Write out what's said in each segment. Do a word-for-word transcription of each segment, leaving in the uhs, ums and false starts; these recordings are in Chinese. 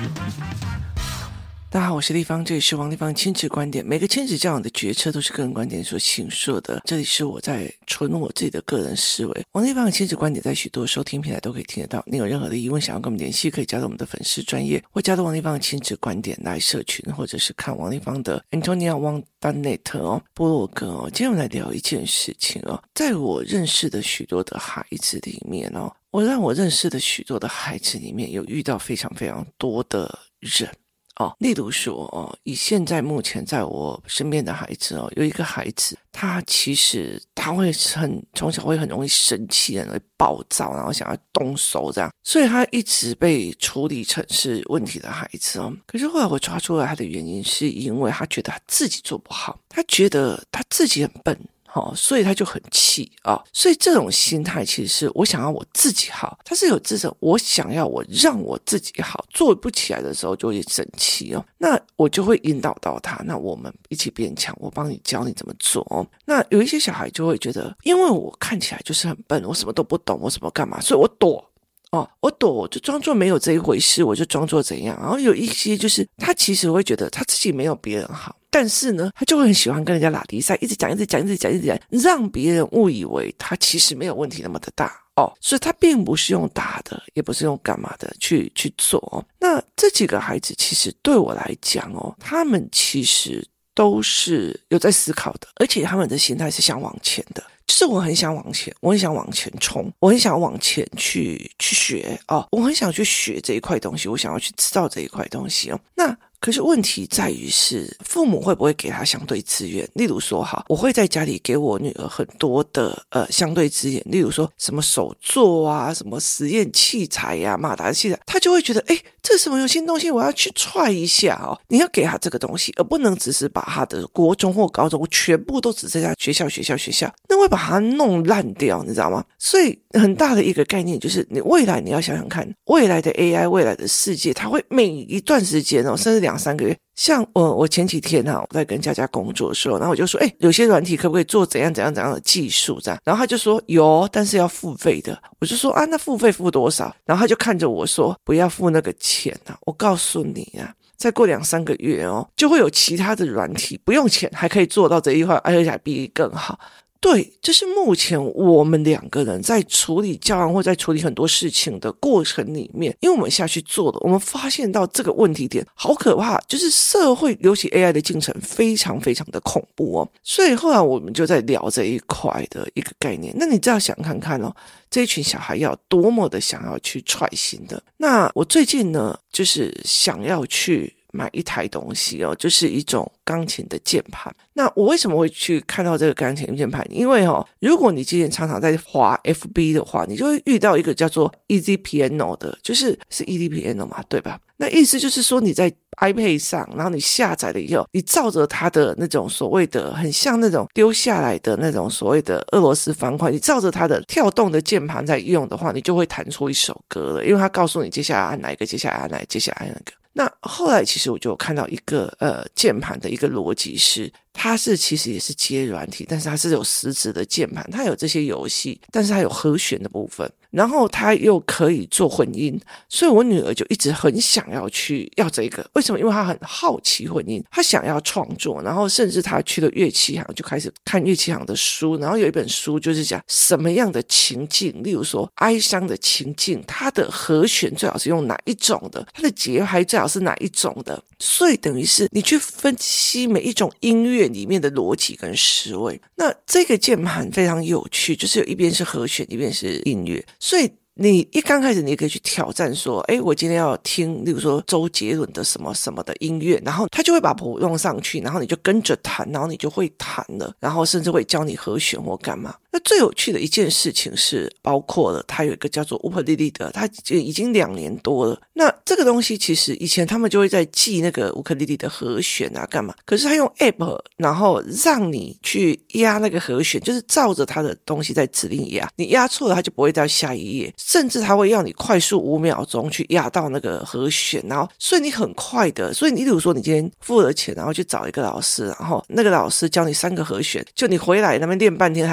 大家好，我是立方，这里是王立方亲子观点。每个亲子教养的决策都是个人观点所形塑的，这里是我在纯我自己的个人思维。王立方的亲子观点在许多收听平台都可以听得到。你有任何的疑问想要跟我们联系，可以加入我们的粉丝专页，或加入王立方的亲子观点来社群，或者是看王立方的 Antonia Wang .net 哦部落格哦。今天我们来聊一件事情哦，在我认识的许多的孩子里面哦，我让我认识的许多的孩子里面有遇到非常非常多的人。哦，例如说哦，以现在目前在我身边的孩子哦，有一个孩子，他其实他会很从小会很容易生气，很容易暴躁，然后想要动手这样，所以他一直被处理成是问题的孩子哦。可是后来我抓出来他的原因，是因为他觉得他自己做不好，他觉得他自己很笨。哦，所以他就很气啊、哦，所以这种心态其实是我想要我自己好，他是有这种我想要我让我自己好，做不起来的时候就会生气哦。那我就会引导到他，那我们一起变强，我帮你教你怎么做哦。那有一些小孩就会觉得，因为我看起来就是很笨，我什么都不懂，我什么干嘛，所以我躲。哦，我躲，我就装作没有这一回事，我就装作怎样。然后有一些就是他其实会觉得他自己没有别人好，但是呢，他就会很喜欢跟人家拉低赛，一直讲，一直讲，一直讲，一直讲，让别人误以为他其实没有问题那么的大哦。所以他并不是用打的，也不是用干嘛的去去做哦。那这几个孩子其实对我来讲哦，他们其实都是有在思考的，而且他们的心态是想往前的。就是我很想往前，我很想往前冲，我很想往前去去学哦，我很想去学这一块东西，我想要去知道这一块东西哦。那可是问题在于是父母会不会给他相对资源，例如说哈，我会在家里给我女儿很多的呃相对资源，例如说什么手作啊，什么实验器材呀、啊、马达器材，他就会觉得诶这是什么有新东西，我要去 try 一下哦。你要给他这个东西，而不能只是把他的国中或高中全部都只剩下学校学校学校，那会把它弄烂掉，你知道吗？所以很大的一个概念就是你未来你要想想看，未来的 A I 未来的世界，它会每一段时间哦，甚至两三个月，像我我前几天啊，我在跟佳佳工作的时候，然后我就说，哎，有些软体可不可以做怎样怎样怎样的技术这样，然后他就说有，但是要付费的。我就说啊，那付费付多少？然后他就看着我说，不要付那个钱啊，我告诉你啊。再过两三个月哦，就会有其他的软体不用钱还可以做到这一块，而且还比你更好。对，这是目前我们两个人在处理教案或在处理很多事情的过程里面，因为我们下去做了，我们发现到这个问题点好可怕，就是社会尤其 A I 的进程非常非常的恐怖哦。所以后来我们就在聊这一块的一个概念。那你这样想看看哦，这一群小孩要多么的想要去踹新的。那我最近呢，就是想要去买一台东西哦，就是一种钢琴的键盘。那我为什么会去看到这个钢琴键盘？因为哦，如果你今天常常在滑 F B 的话，你就会遇到一个叫做 Easy Piano 的，就是是 Easy Piano 嘛，对吧？那意思就是说你在 iPad 上，然后你下载了以后，你照着它的那种所谓的很像那种丢下来的那种所谓的俄罗斯方块，你照着它的跳动的键盘在用的话，你就会弹出一首歌了，因为它告诉你接下来按哪一个，接下来按哪一个，接下来按哪一个。那后来其实我就有看到一个呃键盘的一个逻辑是，它是其实也是接软体，但是它是有实质的键盘，它有这些游戏，但是它有和弦的部分，然后它又可以做混音，所以我女儿就一直很想要去要这个。为什么？因为她很好奇混音，她想要创作，然后甚至她去了乐器行就开始看乐器行的书，然后有一本书就是讲什么样的情境，例如说哀伤的情境，它的和弦最好是用哪一种的，它的节拍最好是哪一种的，所以等于是你去分析每一种音乐里面的逻辑跟思维。那这个键盘非常有趣，就是有一边是和弦，一边是音乐，所以你一刚开始你也可以去挑战说，诶，我今天要听例如说周杰伦的什么什么的音乐，然后他就会把谱用上去，然后你就跟着弹，然后你就会弹了，然后甚至会教你和弦或干嘛。那最有趣的一件事情是包括了它有一个叫做乌克丽丽的，它已经两年多了。那这个东西其实以前他们就会在记那个乌克丽丽的和弦啊干嘛，可是他用 app 然后让你去压那个和弦，就是照着他的东西在指令压，你压错了他就不会到下一页，甚至他会要你快速五秒钟去压到那个和弦，然后所以你很快的，所以你例如说你今天付了钱然后去找一个老师，然后那个老师教你三个和弦，就你回来那边练半天还忘记第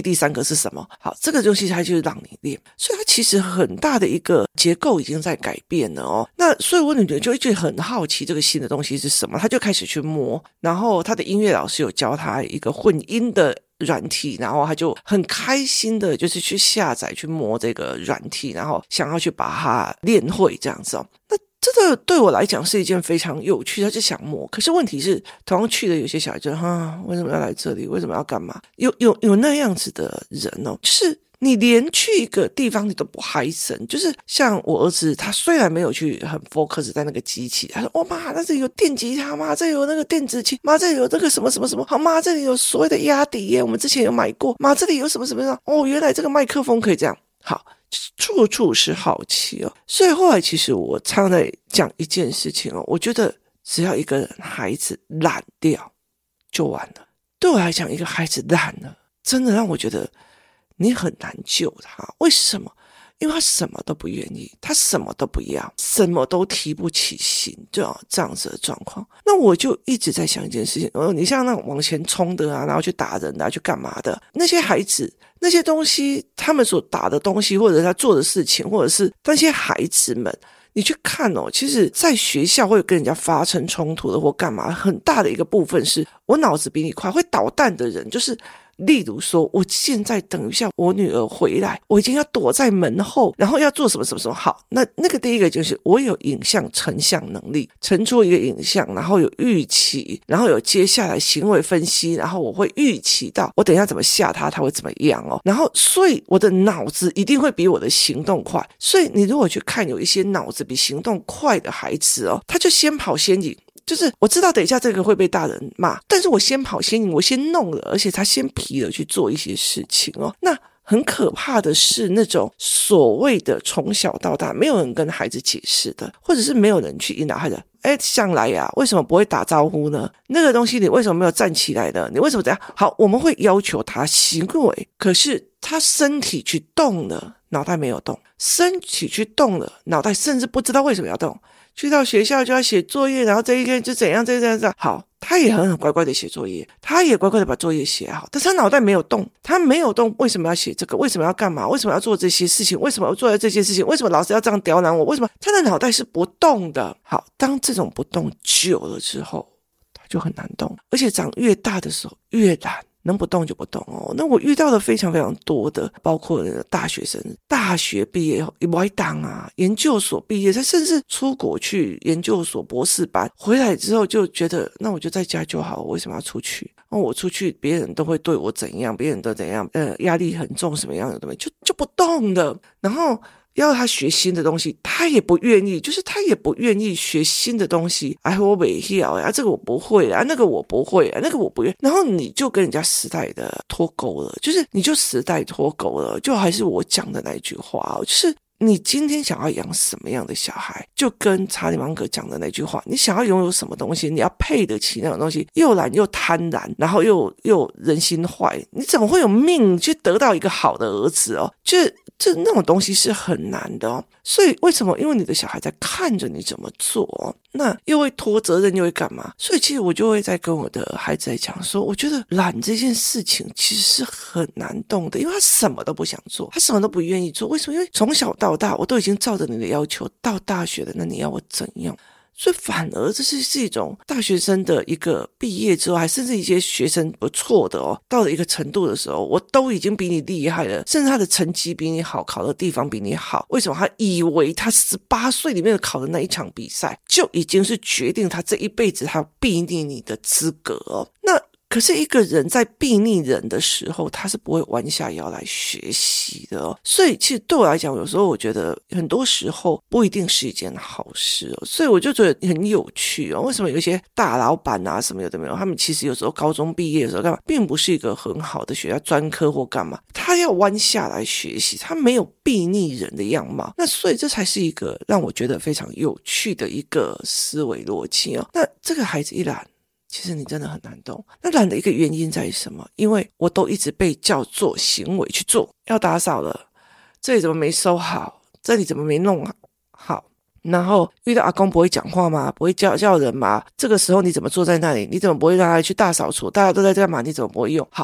第三个是什么？好，这个东西它就是让你练，所以它其实很大的一个结构已经在改变了哦。那所以我女儿就一直很好奇这个新的东西是什么，她就开始去摸，然后她的音乐老师有教她一个混音的软体，然后他就很开心的就是去下载去摸这个软体，然后想要去把它练会这样子哦。那这个对我来讲是一件非常有趣，他就想摸，可是问题是同样去的有些小孩就哈，为什么要来这里，为什么要干嘛，有有有那样子的人哦，就是你连去一个地方你都不嗨神，就是像我儿子，他虽然没有去很 focus 在那个机器，他说：“哦妈，那这里有电吉他吗？这里有那个电子琴，妈这里有这个什么什么什么，好妈这里有所谓的压笛耶，我们之前有买过，妈这里有什么什么什么，哦原来这个麦克风可以这样，好，处处是好奇哦。”所以后来其实我常在讲一件事情哦，我觉得只要一个人孩子懒掉就完了。对我来讲，一个孩子懒了，真的让我觉得你很难救他。为什么？因为他什么都不愿意，他什么都不要，什么都提不起劲，就这样子的状况。那我就一直在想一件事情，哦，你像那种往前冲的啊，然后去打人的啊，去干嘛的，那些孩子那些东西，他们所打的东西，或者他做的事情，或者是那些孩子们，你去看哦，其实在学校会跟人家发生冲突的或干嘛，很大的一个部分是我脑子比你快，会捣蛋的人就是例如说，我现在等一下我女儿回来，我已经要躲在门后，然后要做什么什么什么。好，那那个第一个就是我有影像成像能力，成出一个影像，然后有预期，然后有接下来行为分析，然后我会预期到我等一下怎么吓他，他会怎么样哦。然后所以我的脑子一定会比我的行动快。所以你如果去看有一些脑子比行动快的孩子哦，他就先跑先赢。就是我知道等一下这个会被大人骂，但是我先跑先赢，我先弄了，而且他先皮了去做一些事情哦。那很可怕的是那种所谓的从小到大没有人跟孩子解释的，或者是没有人去引导孩子，哎，上来呀，为什么不会打招呼呢？那个东西你为什么没有站起来呢？你为什么这样？好，我们会要求他行为，可是他身体去动了，脑袋没有动，身体去动了，脑袋甚至不知道为什么要动。去到学校就要写作业，然后这一天就怎样这样这样。好，他也很很乖乖的写作业，他也乖乖的把作业写好，但是他脑袋没有动，他没有动，为什么要写这个？为什么要干嘛？为什么要做这些事情？为什么要做这些事情？为什么老师要这样刁难我？为什么他的脑袋是不动的？好，当这种不动久了之后，他就很难动，而且长越大的时候越懒。能不动就不动哦。那我遇到的非常非常多的，包括大学生，大学毕业后外档啊，研究所毕业，他甚至出国去研究所博士班，回来之后就觉得，那我就在家就好，我为什么要出去？哦，我出去别人都会对我怎样，别人都怎样，呃，压力很重，什么样的东西就就不动的，然后。要他学新的东西，他也不愿意，就是他也不愿意学新的东西。哎，我不要啊，这个我不会啊，那个我不会啊，那个我不愿。然后你就跟人家时代的脱钩了，就是你就时代脱钩了，就还是我讲的那一句话，就是你今天想要养什么样的小孩，就跟查理芒格讲的那句话，你想要拥有什么东西，你要配得起那种东西，又懒又贪婪，然后又又人心坏，你怎么会有命去得到一个好的儿子哦？就是这那种东西是很难的哦。所以为什么？因为你的小孩在看着你怎么做哦，那又会拖责任，又会干嘛？所以其实我就会在跟我的孩子在讲说，我觉得懒这件事情其实是很难动的，因为他什么都不想做，他什么都不愿意做。为什么？因为从小到大我都已经照着你的要求，到大学了，那你要我怎样？所以反而这是是一种大学生的一个毕业之后，还甚至一些学生不错的哦，到了一个程度的时候，我都已经比你厉害了，甚至他的成绩比你好，考的地方比你好。为什么？他以为他十八岁里面考的那一场比赛，就已经是决定他这一辈子他避逆你的资格哦。那可是一个人在避逆人的时候，他是不会弯下腰来学习的哦。所以其实对我来讲，有时候我觉得很多时候不一定是一件好事哦。所以我就觉得很有趣哦。为什么有一些大老板啊什么有的没有，他们其实有时候高中毕业的时候干嘛，并不是一个很好的学校专科或干嘛，他要弯下来学习，他没有避逆人的样貌。那所以这才是一个让我觉得非常有趣的一个思维逻辑哦。那这个孩子一懒，其实你真的很难懂。那懒的一个原因在于什么？因为我都一直被叫做行为去做，要打扫了，这里怎么没收好，这里怎么没弄好，然后遇到阿公不会讲话吗？不会叫叫人吗？这个时候你怎么坐在那里？你怎么不会让他去大扫除？大家都在干嘛？你怎么不会用好？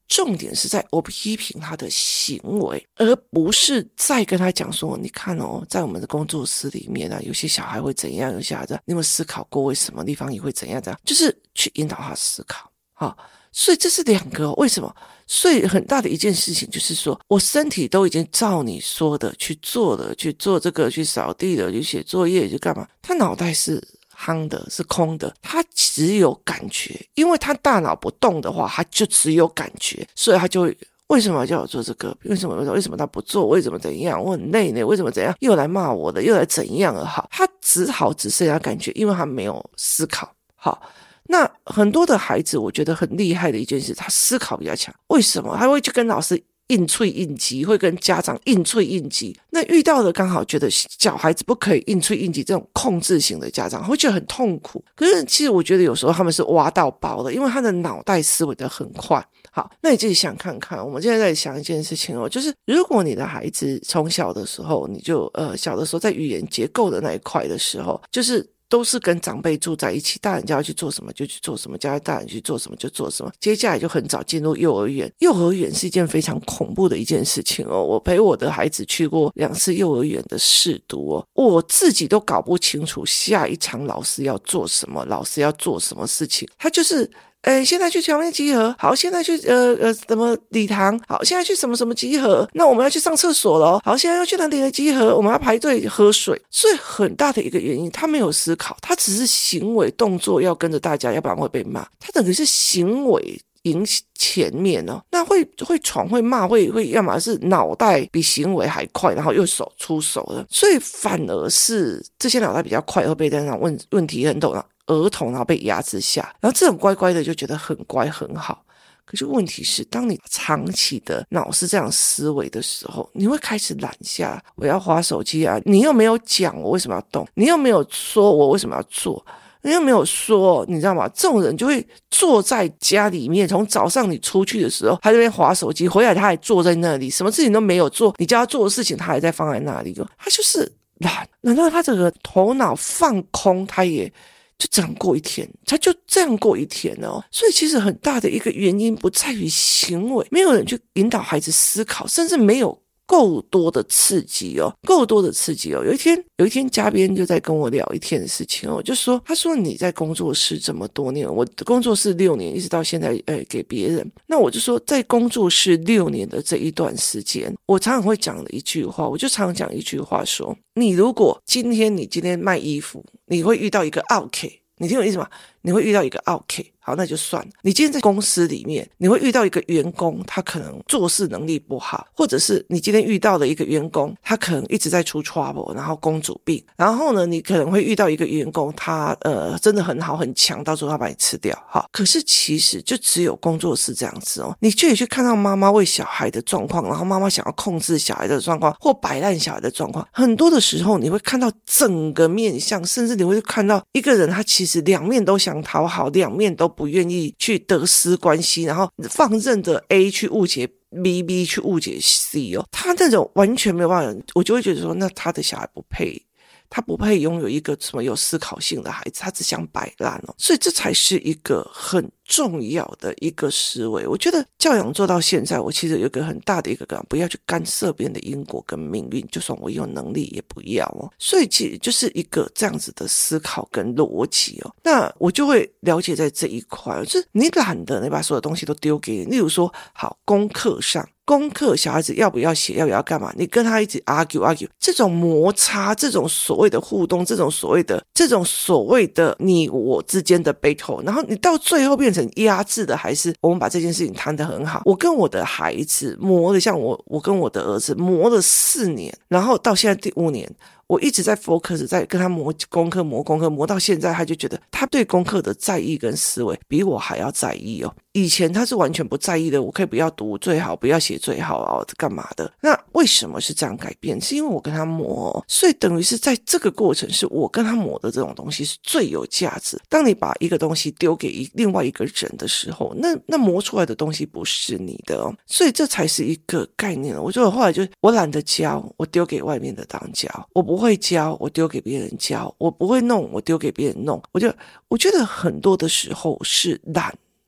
重点是在我批评他的行为，而不是再跟他讲说，你看哦，在我们的工作室里面啊，有些小孩会怎样，有些孩子你有没有思考过为什么地方也会怎样怎样，就是去引导他思考。好，所以这是两个、哦、为什么？所以很大的一件事情就是说，我身体都已经照你说的去做了，去做这个，去扫地了，去写作业，去干嘛，他脑袋是夯的，是空的，他只有感觉，因为他大脑不动的话，他就只有感觉，所以他就会，为什么叫我做这个？为什么为什么他不做？为什么怎样？我很累呢？为什么怎样？又来骂我的，又来怎样了？好，他只好只剩下感觉，因为他没有思考。好，那很多的孩子，我觉得很厉害的一件事，他思考比较强。为什么？他会去跟老师硬脆硬挤，会跟家长硬脆硬挤。那遇到的刚好觉得小孩子不可以硬脆硬挤，这种控制型的家长会觉得很痛苦。可是其实我觉得有时候他们是挖到宝的，因为他的脑袋思维的很快。好，那你自己想看看，我们现在在想一件事情哦，就是如果你的孩子从小的时候，你就呃小的时候在语言结构的那一块的时候，就是都是跟长辈住在一起，大人叫他去做什么就去做什么，叫他大人去做什么就做什么，接下来就很早进入幼儿园。幼儿园是一件非常恐怖的一件事情哦，我陪我的孩子去过两次幼儿园的试读哦，我自己都搞不清楚下一场老师要做什么，老师要做什么事情，他就是哎，现在去墙面集合，好，现在去呃呃什么礼堂，好，现在去什么什么集合，那我们要去上厕所了，好，现在要去哪里的集合，我们要排队喝水。所以很大的一个原因，他没有思考，他只是行为动作要跟着大家，要不然会被骂。他等于是行为赢前面哦，那会会闯会骂会会，要么是脑袋比行为还快，然后又手出手了，所以反而是这些脑袋比较快会被这样问问题很懂了。儿童然后被压制下，然后这种乖乖的就觉得很乖很好。可是问题是，当你长期的脑是这样思维的时候，你会开始懒下，我要滑手机啊，你又没有讲我为什么要动，你又没有说我为什么要做，你又没有说，你知道吗？这种人就会坐在家里面，从早上你出去的时候，他这边滑手机，回来他还坐在那里，什么事情都没有做，你叫他做的事情他还在放在那里，他就是懒。难道他这个头脑放空，他也就这样过一天，他就这样过一天哦。所以其实很大的一个原因不在于行为，没有人去引导孩子思考，甚至没有够多的刺激哦，够多的刺激哦。有一天，有一天嘉宾就在跟我聊一天的事情哦，就说，他说你在工作室这么多年，我的工作室六年，一直到现在，呃，给别人。那我就说，在工作室六年的这一段时间，我常常会讲的一句话，我就常常讲一句话说，你如果今天你今天卖衣服，你会遇到一个 OK， 你听我意思吗？你会遇到一个 OK。好，那就算了。你今天在公司里面，你会遇到一个员工，他可能做事能力不好，或者是你今天遇到的一个员工，他可能一直在出 trouble， 然后公主病。然后呢，你可能会遇到一个员工，他呃真的很好很强，到时候他把你吃掉。好，可是其实就只有工作室这样子哦。你就得去看到妈妈为小孩的状况，然后妈妈想要控制小孩的状况，或摆烂小孩的状况。很多的时候，你会看到整个面向，甚至你会看到一个人，他其实两面都想讨好，两面都不愿意去得失关系，然后放任的 A 去误解 B，B 去误解 C 哦，他那种完全没有办法，我就会觉得说，那他的小孩不配，他不配拥有一个什么有思考性的孩子，他只想摆烂哦，所以这才是一个很重要的一个思维。我觉得教养做到现在，我其实有一个很大的一个感，不要去干涉别人的因果跟命运，就算我有能力也不要哦。所以其实就是一个这样子的思考跟逻辑哦。那我就会了解在这一块，就是你懒得你把所有东西都丢给你，例如说好功课上。功课小孩子要不要写，要不要干嘛，你跟他一直 argue argue， 这种摩擦，这种所谓的互动，这种所谓的这种所谓的你我之间的 battle， 然后你到最后变成压制的，还是我们把这件事情谈得很好。我跟我的孩子磨的，像我我跟我的儿子磨了四年，然后到现在第五年，我一直在 focus 在跟他磨功课磨功课磨到现在，他就觉得他对功课的在意跟思维比我还要在意哦。以前他是完全不在意的，我可以不要读最好，不要写最好啊，干嘛的。那为什么是这样改变？是因为我跟他磨哦，所以等于是在这个过程是我跟他磨的这种东西是最有价值。当你把一个东西丢给一另外一个人的时候，那那磨出来的东西不是你的哦，所以这才是一个概念。我觉得我后来就我懒得教，我丢给外面的当教，我不会教，我丢给别人教，我不会弄，我丢给别人弄。我就我觉得很多的时候是懒。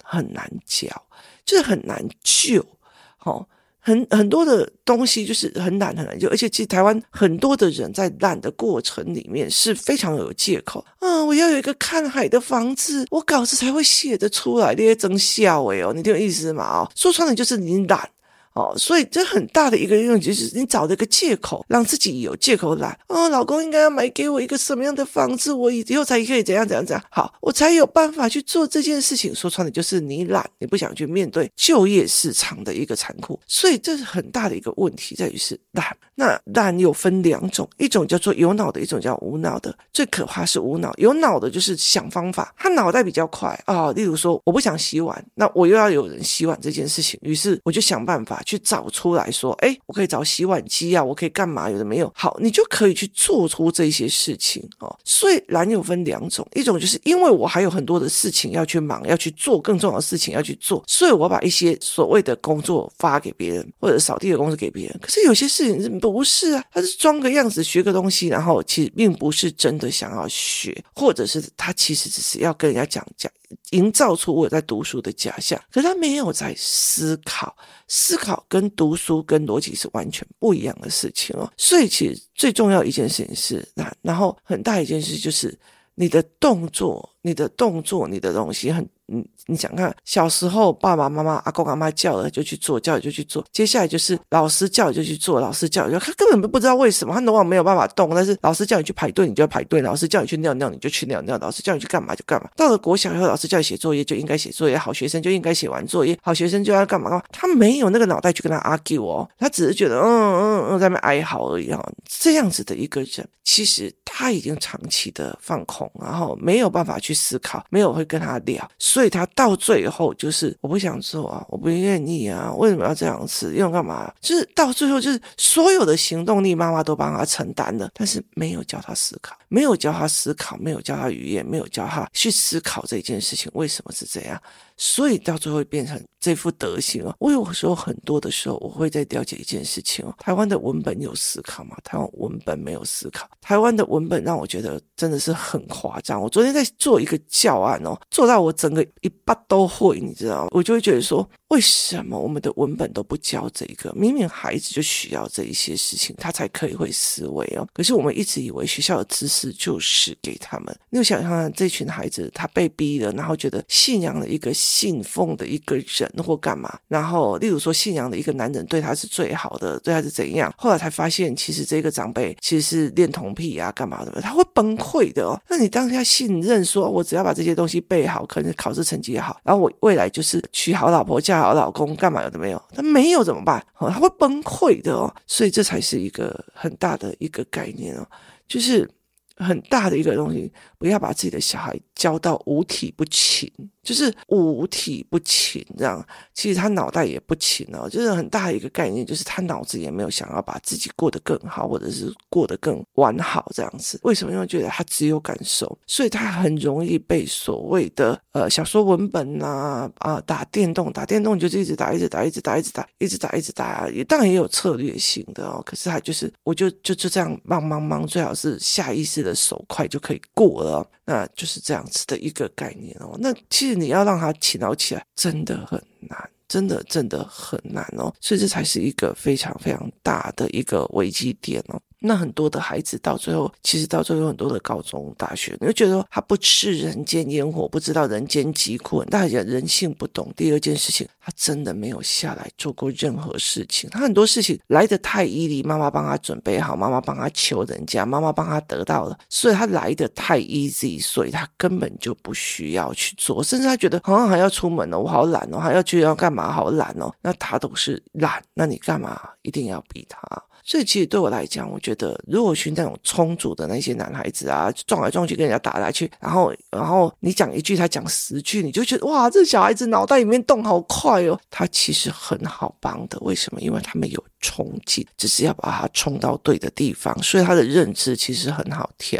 很难教，就是很难救，哦。很很多的东西就是很懒很难救，而且其实台湾很多的人在懒的过程里面是非常有借口啊，我要有一个看海的房子，我稿子才会写得出来，这些真笑诶哦，你懂我意思吗？哦，说穿了就是你懒。哦，所以这很大的一个用，就是你找了一个借口，让自己有借口来。哦，老公应该要买给我一个什么样的房子，我以后才可以怎样怎样怎样，好，我才有办法去做这件事情。说穿了就是你懒，你不想去面对就业市场的一个残酷，所以这是很大的一个问题，在于是懒。那懒有分两种，一种叫做有脑的，一种叫无脑的。最可怕是无脑，有脑的就是想方法，他脑袋比较快啊、哦。例如说，我不想洗碗，那我又要有人洗碗这件事情，于是我就想办法去找出来说，哎，我可以找洗碗机啊，我可以干嘛？有的没有，好，你就可以去做出这些事情哦。所以懒有分两种，一种就是因为我还有很多的事情要去忙，要去做更重要的事情要去做，所以我把一些所谓的工作发给别人，或者扫地的工作给别人。可是有些事情是不是啊？他是装个样子学个东西，然后其实并不是真的想要学，或者是他其实只是要跟人家讲讲。营造出我在读书的假象，可是他没有在思考，思考跟读书跟逻辑是完全不一样的事情哦。所以其实最重要一件事情是，那然后很大一件事就是你的动作，你的动作，你的东西很。你你想看小时候爸爸妈妈阿公阿嬷叫了就去做，叫了就去做，接下来就是老师叫了就去做，老师叫了就他根本不知道为什么他往往没有办法动，但是老师叫你去排队你就排队，老师叫你去尿尿你就去尿尿，老师叫你去干嘛就干嘛。到了国小以后，老师叫你写作业就应该写作业，好学生就应该写完作业，好学生就要干嘛干嘛。他没有那个脑袋去跟他 argue 哦，他只是觉得嗯嗯嗯在那边哀嚎而已哦。这样子的一个人，其实他已经长期的放空，然后没有办法去思考，没有会跟他聊。所以他到最后就是我不想做啊，我不愿意啊，为什么要这样子？用干嘛？就是到最后就是所有的行动力妈妈都帮他承担了，但是没有教他思考，没有教他思考，没有教他语言，没有教他去思考这件事情为什么是这样，所以到最后会变成这副德行哦。我有时候很多的时候我会在了解一件事情哦，台湾的文本有思考吗？台湾文本没有思考，台湾的文本让我觉得真的是很夸张。我昨天在做一个教案哦，做到我整个一把都会，你知道吗？我就会觉得说，为什么我们的文本都不教这个？明明孩子就需要这一些事情，他才可以会思维哦。可是我们一直以为学校的知识就是给他们。你有想象这群孩子，他被逼了，然后觉得信仰了一个信奉的一个人或干嘛，然后例如说信仰的一个男人对他是最好的，对他是怎样，后来才发现其实这个长辈其实是恋童癖啊干嘛的，他会崩溃的哦。那你当下信任说，我只要把这些东西背好，可能考试成绩也好，然后我未来就是娶好老婆嫁好老公干嘛有的没有，他没有怎么办、哦、他会崩溃的哦。所以这才是一个很大的一个概念哦，就是很大的一个东西，不要把自己的小孩教到五体不勤，就是五体不勤这样，其实他脑袋也不勤哦，就是很大的一个概念，就是他脑子也没有想要把自己过得更好，或者是过得更完好这样子。为什么？因为觉得他只有感受，所以他很容易被所谓的呃小说文本啊啊打电动，打电动就是一直打一直打一直打一直打一直打一直打，也当然也有策略性的哦。可是他就是我就就就这样忙忙忙，最好是下意识的手快就可以过了、哦，那就是这样子的一个概念哦。那其实你要让他勤劳起来真的很难，真的真的很难哦。所以这才是一个非常非常大的一个危机点哦。那很多的孩子到最后，其实到最后很多的高中大学，你会觉得他不吃人间烟火，不知道人间疾苦，大家人性不懂。第二件事情，他真的没有下来做过任何事情，他很多事情来得太依离，妈妈帮他准备好，妈妈帮他求人家，妈妈帮他得到了，所以他来得太 easy， 所以他根本就不需要去做，甚至他觉得好像还要出门哦，我好懒哦，还要去要干嘛，好懒哦，那他都是懒，那你干嘛一定要逼他？所以其实对我来讲，我觉得如果是那种充足的那些男孩子啊，撞来撞去跟人家打来去，然后然后你讲一句他讲十句，你就觉得哇，这小孩子脑袋里面动好快哦，他其实很好帮的。为什么？因为他们有冲劲，只是要把他冲到对的地方，所以他的认知其实很好挑的。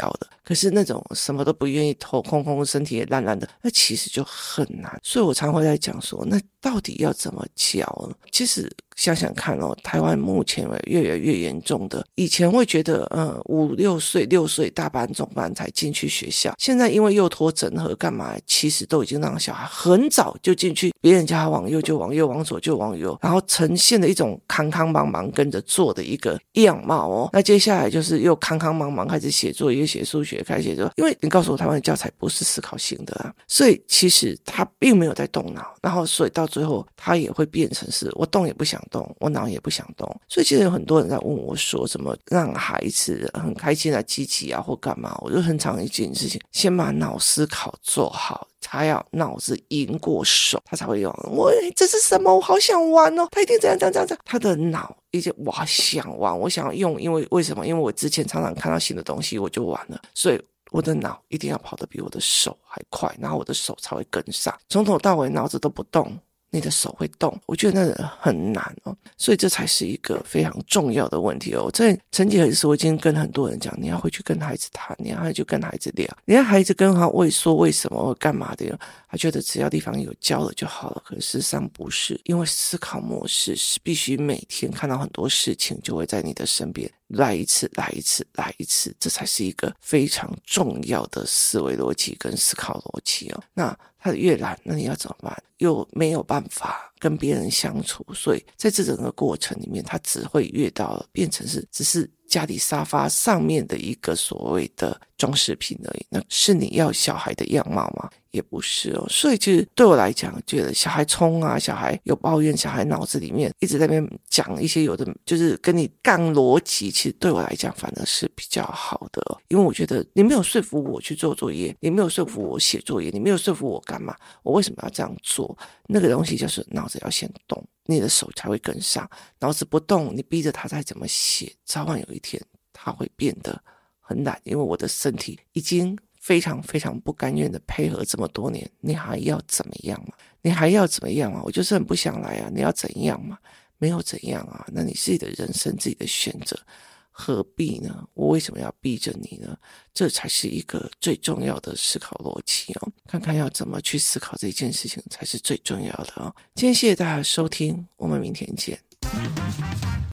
可是那种什么都不愿意头空空身体也烂烂的，那其实就很难。所以我常会在讲说，那到底要怎么教呢？其实想想看哦，台湾目前越来越严重的，以前会觉得呃五六岁六岁大班中班才进去学校，现在因为幼托整合干嘛，其实都已经让小孩很早就进去，别人叫他往右就往右，往左就往右，然后呈现了一种康康忙忙跟着做的一个样貌哦。那接下来就是又康康忙忙开始写作业写数学开始写作业，因为你告诉我台湾的教材不是思考型的啊，所以其实他并没有在动脑，然后所以到最后他也会变成是我动也不想动，我脑也不想动。所以其实有很多人在问我说怎么让孩子很开心啊积极啊或干嘛，我就很常一件事情，先把脑思考做好，他要脑子赢过手，他才会用我这是什么我好想玩哦，他一定这样这样这样，他的脑已经我想玩我想要用，因为为什么？因为我之前常常看到新的东西我就玩了，所以我的脑一定要跑得比我的手还快，然后我的手才会跟上，从头到尾脑子都不动，你的手会动，我觉得那很难哦，所以这才是一个非常重要的问题哦。在曾几何时，我已经跟很多人讲，你要回去跟孩子谈，你要回去跟孩子聊，你让孩子跟他为说为什么或干嘛的，他觉得只要地方有教了就好了，可是事实上不是，因为思考模式是必须每天看到很多事情就会在你的身边来一次来一次来一次，这才是一个非常重要的思维逻辑跟思考逻辑哦。那他越懒，那你要怎么办？又没有办法跟别人相处，所以在这整个过程里面，他只会越到变成是只是家里沙发上面的一个所谓的装饰品而已。那是你要小孩的样貌吗？也不是哦。所以其实对我来讲，觉得小孩冲啊，小孩有抱怨，小孩脑子里面一直在那边讲一些有的就是跟你杠逻辑，其实对我来讲反而是比较好的哦。因为我觉得你没有说服我去做作业，你没有说服我写作业，你没有说服我干嘛，我为什么要这样做？那个东西就是脑子要先动，你的手才会跟上，脑子不动，你逼着他再怎么写，早晚有一天他会变得很懒。因为我的身体已经非常非常不甘愿的配合这么多年，你还要怎么样嘛？你还要怎么样嘛？我就是很不想来啊，你要怎样嘛？没有怎样啊，那你自己的人生自己的选择，何必呢？我为什么要逼着你呢？这才是一个最重要的思考逻辑哦。看看要怎么去思考这件事情才是最重要的哦。今天谢谢大家的收听，我们明天见。